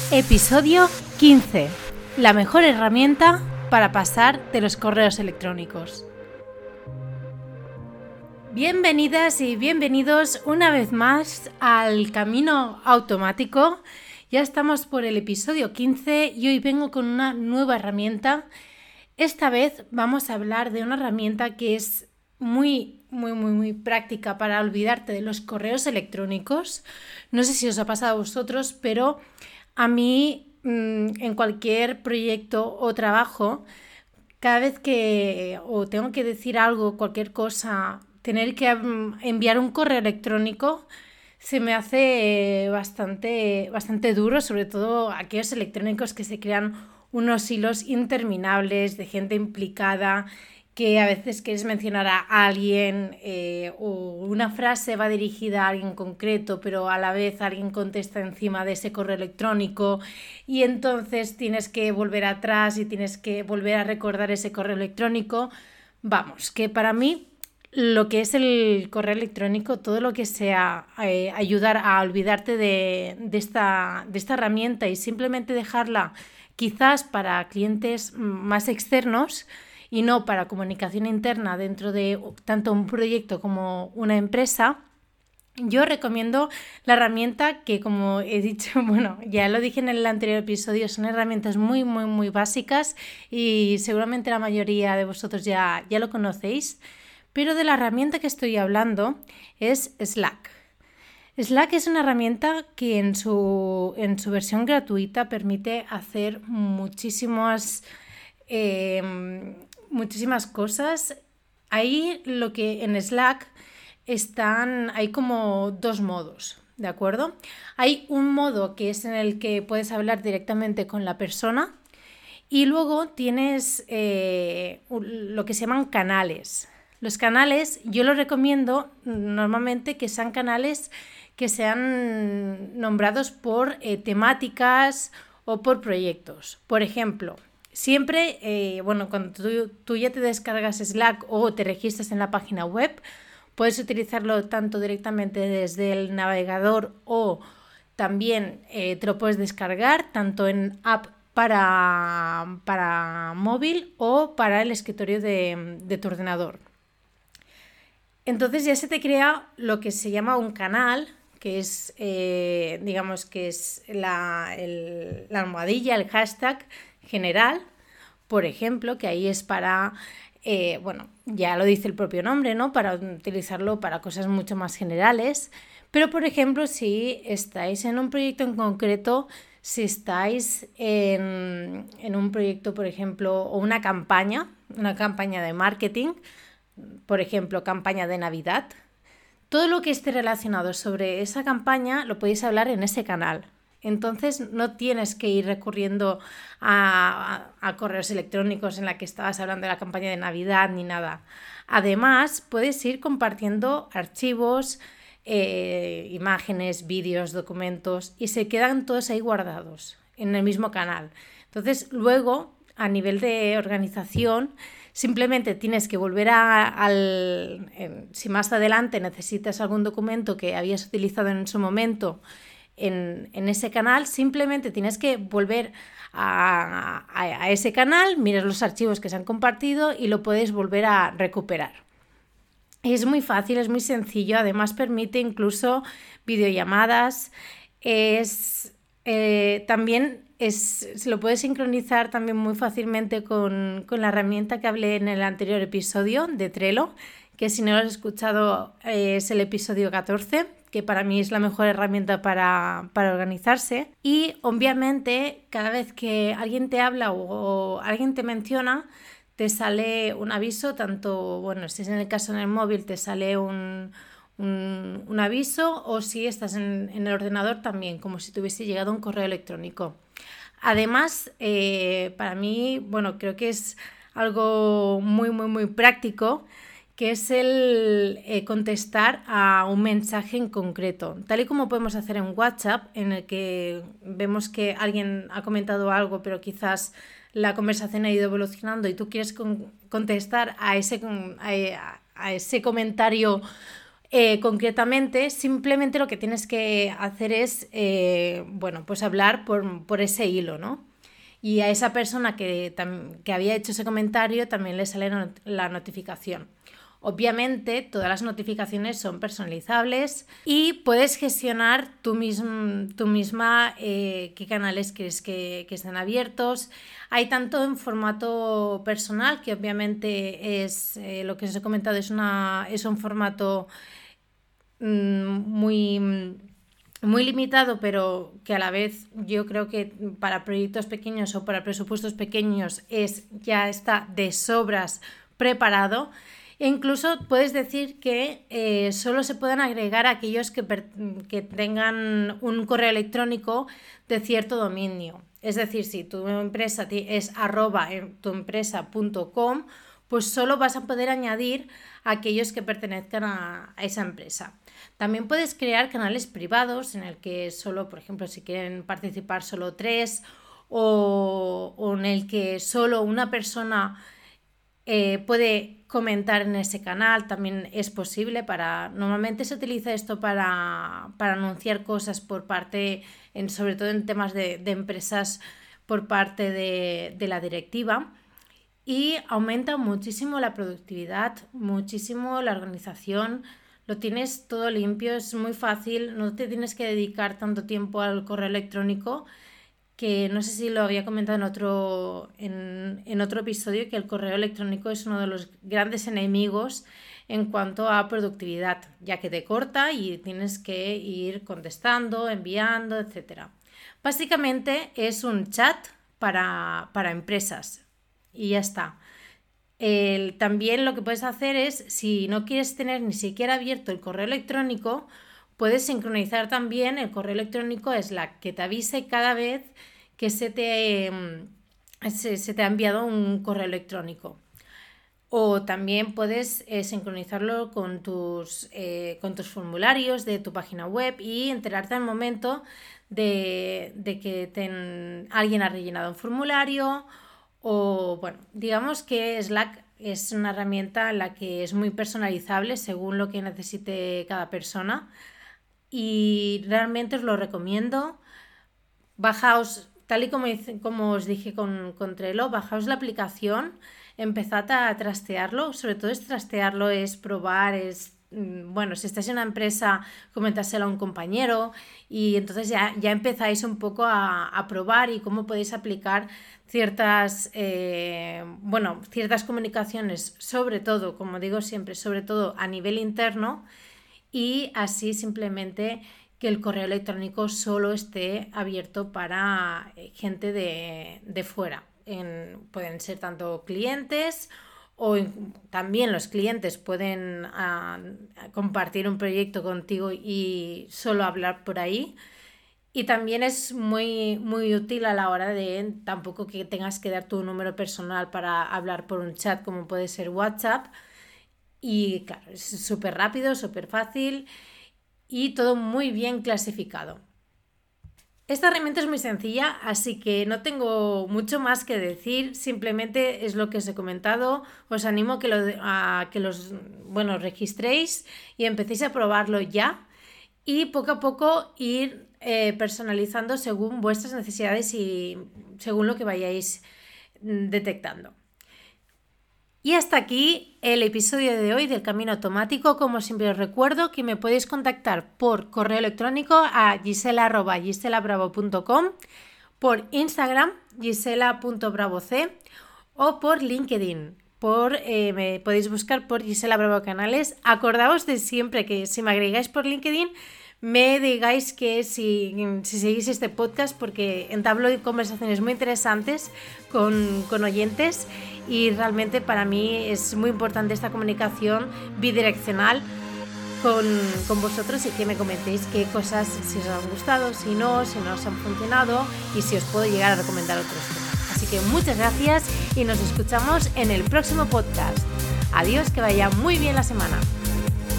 Episodio 15. La mejor herramienta para pasar de los correos electrónicos. Bienvenidas y bienvenidos una vez más al Camino Automático. Ya estamos por el episodio 15 y hoy vengo con una nueva herramienta. Esta vez vamos a hablar de una herramienta que es muy práctica para olvidarte de los correos electrónicos. No sé si os ha pasado a vosotros, pero a mí en cualquier proyecto o trabajo, cada vez que o tengo que decir algo, cualquier cosa, tener que enviar un correo electrónico se me hace bastante duro, sobre todo aquellos electrónicos que se crean unos hilos interminables de gente implicada, que a veces quieres mencionar a alguien o una frase va dirigida a alguien concreto, pero a la vez alguien contesta encima de ese correo electrónico y entonces tienes que volver atrás y tienes que volver a recordar ese correo electrónico. Vamos, que para mí lo que es el correo electrónico, todo lo que sea ayudar a olvidarte de esta herramienta y simplemente dejarla quizás para clientes más externos y no para comunicación interna dentro de tanto un proyecto como una empresa, yo recomiendo la herramienta que, como he dicho, ya lo dije en el anterior episodio, son herramientas muy básicas y seguramente la mayoría de vosotros ya lo conocéis, pero de la herramienta que estoy hablando es Slack. Slack es una herramienta que en su versión gratuita permite hacer muchísimas cosas. Ahí lo que en Slack hay como dos modos, ¿de acuerdo? Hay un modo que es en el que puedes hablar directamente con la persona y luego tienes lo que se llaman canales. Los canales yo los recomiendo normalmente que sean canales que sean nombrados por temáticas o por proyectos. Por ejemplo, siempre, cuando tú ya te descargas Slack o te registras en la página web, puedes utilizarlo tanto directamente desde el navegador o también te lo puedes descargar tanto en app para móvil o para el escritorio de tu ordenador. Entonces ya se te crea lo que se llama un canal, que es, digamos que es la almohadilla, el hashtag general, por ejemplo, que ahí es para, ya lo dice el propio nombre, ¿no? Para utilizarlo para cosas mucho más generales. Pero, por ejemplo, si estáis en un proyecto en concreto, si estáis en un proyecto, por ejemplo, o una campaña de marketing, por ejemplo, campaña de Navidad, todo lo que esté relacionado sobre esa campaña lo podéis hablar en ese canal. Entonces no tienes que ir recurriendo a correos electrónicos en la que estabas hablando de la campaña de Navidad ni nada. Además, puedes ir compartiendo archivos, imágenes, vídeos, documentos y se quedan todos ahí guardados en el mismo canal. Entonces, luego, a nivel de organización, simplemente tienes que volver si más adelante necesitas algún documento que habías utilizado en su momento en ese canal, simplemente tienes que volver a ese canal, miras los archivos que se han compartido y lo puedes volver a recuperar. Es muy fácil, es muy sencillo, además permite incluso videollamadas, también se lo puedes sincronizar también muy fácilmente con la herramienta que hablé en el anterior episodio de Trello, que si no lo has escuchado es el episodio 14, que para mí es la mejor herramienta para organizarse. Y obviamente cada vez que alguien te habla o alguien te menciona, te sale un aviso, tanto, si es en el caso en el móvil te sale un aviso, o si estás en el ordenador también, como si te hubiese llegado un correo electrónico. Además, para mí, creo que es algo muy práctico, que es el contestar a un mensaje en concreto, tal y como podemos hacer en WhatsApp, en el que vemos que alguien ha comentado algo, pero quizás la conversación ha ido evolucionando y tú quieres contestar a ese comentario Concretamente, simplemente lo que tienes que hacer es, pues hablar por ese hilo, ¿no? Y a esa persona que había hecho ese comentario también le sale la notificación. Obviamente, todas las notificaciones son personalizables y puedes gestionar tú misma qué canales quieres que estén abiertos. Hay tanto en formato personal, que obviamente es lo que os he comentado, es un formato muy limitado, pero que a la vez yo creo que para proyectos pequeños o para presupuestos pequeños ya está de sobras preparado. E incluso puedes decir que solo se pueden agregar aquellos que tengan un correo electrónico de cierto dominio. Es decir, si tu empresa es @tuempresa.com, pues solo vas a poder añadir a aquellos que pertenezcan a esa empresa. También puedes crear canales privados en el que solo, por ejemplo, si quieren participar solo 3 o en el que solo una persona puede comentar en ese canal, también es posible. Normalmente se utiliza esto para anunciar cosas por parte, sobre todo en temas de empresas, por parte de la directiva, y aumenta muchísimo la productividad, muchísimo la organización. Lo tienes todo limpio, es muy fácil, no te tienes que dedicar tanto tiempo al correo electrónico, que no sé si lo había comentado en otro episodio, que el correo electrónico es uno de los grandes enemigos en cuanto a productividad, ya que te corta y tienes que ir contestando, enviando, etc. Básicamente es un chat para empresas y ya está. También lo que puedes hacer es, si no quieres tener ni siquiera abierto el correo electrónico, puedes sincronizar también el correo electrónico Slack, que te avise cada vez que se te ha enviado un correo electrónico. O también puedes sincronizarlo con tus formularios de tu página web y enterarte al momento de que alguien ha rellenado un formulario. O bueno, digamos que Slack es una herramienta en la que es muy personalizable según lo que necesite cada persona. Y realmente os lo recomiendo. Bajaos, tal y como os dije con Trello, bajaos la aplicación, empezad a trastearlo. Sobre todo trastearlo, es probar, si estáis en una empresa, comentárselo a un compañero y entonces ya empezáis un poco a probar y cómo podéis aplicar ciertas comunicaciones, sobre todo, como digo siempre, sobre todo a nivel interno. Y así simplemente que el correo electrónico solo esté abierto para gente de fuera. Pueden ser tanto clientes o también los clientes pueden compartir un proyecto contigo y solo hablar por ahí. Y también es muy, muy útil a la hora de tampoco que tengas que dar tu número personal para hablar por un chat como puede ser WhatsApp. Y claro, es súper rápido, súper fácil y todo muy bien clasificado. Esta herramienta es muy sencilla, así que no tengo mucho más que decir, simplemente es lo que os he comentado. Os animo a que los registréis y empecéis a probarlo ya y poco a poco ir personalizando según vuestras necesidades y según lo que vayáis detectando. Y hasta aquí el episodio de hoy del Camino Automático. Como siempre os recuerdo que me podéis contactar por correo electrónico a gisela@giselabravo.com, por Instagram gisela.bravoc o por LinkedIn. Me podéis buscar por Gisela Bravo Canales. Acordaos de siempre que si me agregáis por LinkedIn me digáis que si seguís este podcast, porque entablo conversaciones muy interesantes con oyentes y realmente para mí es muy importante esta comunicación bidireccional con vosotros y que me comentéis qué cosas, si os han gustado, si no os han funcionado y si os puedo llegar a recomendar otros temas. Así que muchas gracias y nos escuchamos en el próximo podcast. Adiós, que vaya muy bien la semana.